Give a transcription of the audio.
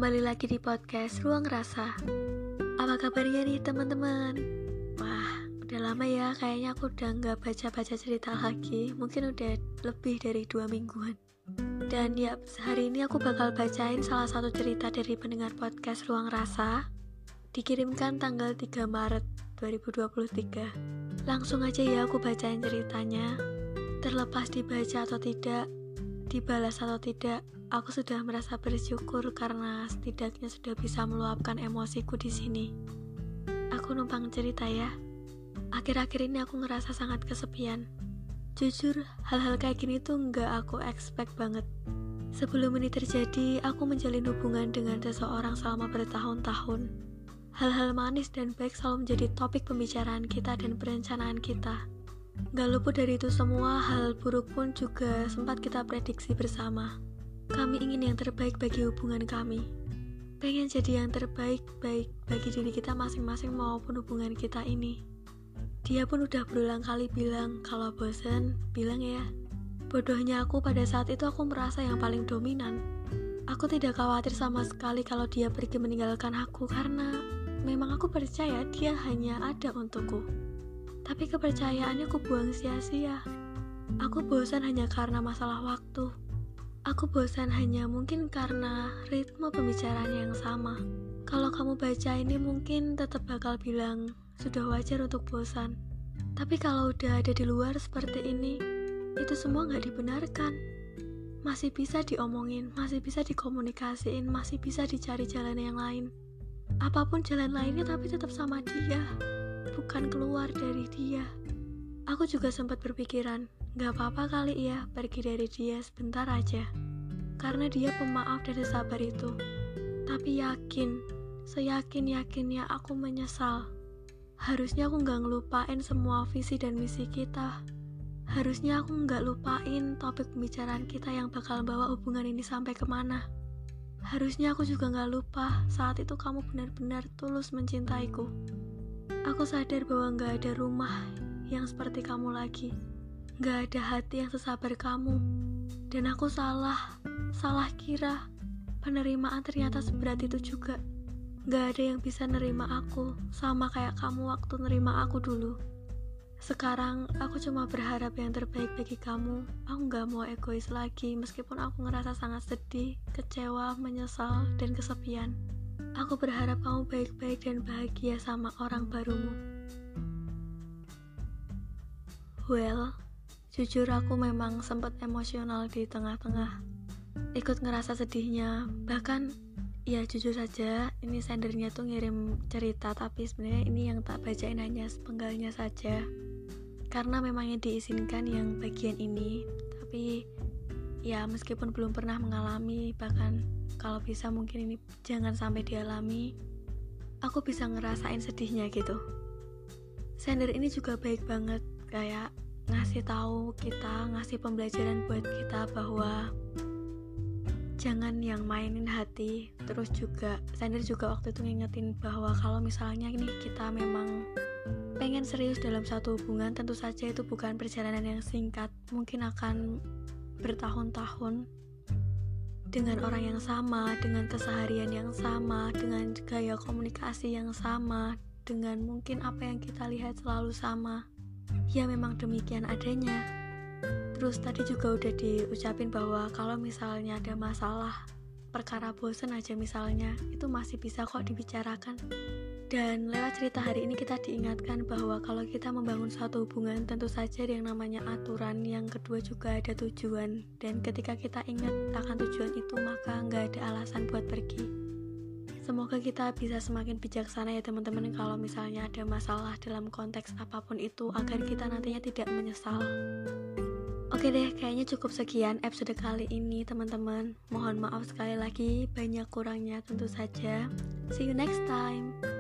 Kembali lagi di podcast Ruang Rasa. Apa kabarnya nih teman-teman? Wah, udah lama ya kayaknya aku udah gak baca-baca cerita lagi. Mungkin udah lebih dari 2 mingguan. Dan ya, hari ini aku bakal bacain salah satu cerita dari pendengar podcast Ruang Rasa. Dikirimkan tanggal 3 Maret 2023. Langsung aja ya aku bacain ceritanya. Terlepas dibaca atau tidak, dibalas atau tidak, aku sudah merasa bersyukur karena setidaknya sudah bisa meluapkan emosiku di sini. Aku numpang cerita ya. Akhir-akhir ini aku ngerasa sangat kesepian. Jujur, hal-hal kayak gini tuh nggak aku expect banget. Sebelum ini terjadi, aku menjalin hubungan dengan seseorang selama bertahun-tahun. Hal-hal manis dan baik selalu menjadi topik pembicaraan kita dan perencanaan kita. Gak luput dari itu semua, hal buruk pun juga sempat kita prediksi bersama. Kami ingin yang terbaik bagi hubungan kami. Pengen jadi yang terbaik baik bagi diri kita masing-masing maupun hubungan kita ini. Dia pun udah berulang kali bilang kalau bosen, bilang ya. Bodohnya aku pada saat itu aku merasa yang paling dominan. Aku tidak khawatir sama sekali kalau dia pergi meninggalkan aku karena memang aku percaya dia hanya ada untukku. Tapi kepercayaannya aku buang sia-sia. Aku bosan hanya karena masalah waktu. Aku bosan hanya mungkin karena ritme pembicaraannya yang sama. Kalau kamu baca ini mungkin tetap bakal bilang sudah wajar untuk bosan. Tapi kalau udah ada di luar seperti ini, itu semua gak dibenarkan. Masih bisa diomongin, masih bisa dikomunikasiin, masih bisa dicari jalan yang lain. Apapun jalan lainnya tapi tetap sama dia, bukan keluar dari dia. Aku juga sempat berpikiran, gak apa-apa kali ya pergi dari dia sebentar aja. Karena dia pemaaf dan sabar itu. Tapi yakin, seyakin-yakinnya aku menyesal. Harusnya aku gak ngelupain semua visi dan misi kita. Harusnya aku gak lupain topik pembicaraan kita yang bakal bawa hubungan ini sampai kemana. Harusnya aku juga gak lupa saat itu kamu benar-benar tulus mencintaiku. Aku sadar bahwa gak ada rumah yang seperti kamu lagi. Gak ada hati yang sesabar kamu. Dan aku salah kira penerimaan ternyata seberat itu juga. Gak ada yang bisa nerima aku sama kayak kamu waktu nerima aku dulu. Sekarang aku cuma berharap yang terbaik bagi kamu. Aku gak mau egois lagi meskipun aku ngerasa sangat sedih, kecewa, menyesal, dan kesepian. Aku berharap kamu baik-baik dan bahagia sama orang barumu. Well, jujur aku memang sempat emosional di tengah-tengah. Ikut ngerasa sedihnya. Bahkan, ya jujur saja, ini sendernya tuh ngirim cerita, tapi sebenarnya ini yang tak bacain hanya sepenggalnya saja. Karena memang yang diizinkan yang bagian ini. Tapi, ya meskipun belum pernah mengalami, bahkan kalau bisa mungkin ini jangan sampai dialami, aku bisa ngerasain sedihnya gitu. Sender ini juga baik banget, kayak ngasih tahu kita, ngasih pembelajaran buat kita bahwa jangan yang mainin hati. Terus juga sender juga waktu itu ngingetin bahwa kalau misalnya nih kita memang pengen serius dalam satu hubungan, tentu saja itu bukan perjalanan yang singkat, mungkin akan bertahun-tahun dengan orang yang sama, dengan keseharian yang sama, dengan gaya komunikasi yang sama, dengan mungkin apa yang kita lihat selalu sama. Ya memang demikian adanya. Terus tadi juga udah diucapin bahwa kalau misalnya ada masalah, perkara bosen aja misalnya, itu masih bisa kok dibicarakan. Dan lewat cerita hari ini kita diingatkan bahwa kalau kita membangun suatu hubungan, tentu saja ada yang namanya aturan, yang kedua juga ada tujuan. Dan ketika kita ingat akan tujuan itu, maka nggak ada alasan buat pergi. Semoga kita bisa semakin bijaksana ya teman-teman kalau misalnya ada masalah dalam konteks apapun itu, agar kita nantinya tidak menyesal. Oke deh, kayaknya cukup sekian episode kali ini teman-teman. Mohon maaf sekali lagi, banyak kurangnya tentu saja. See you next time.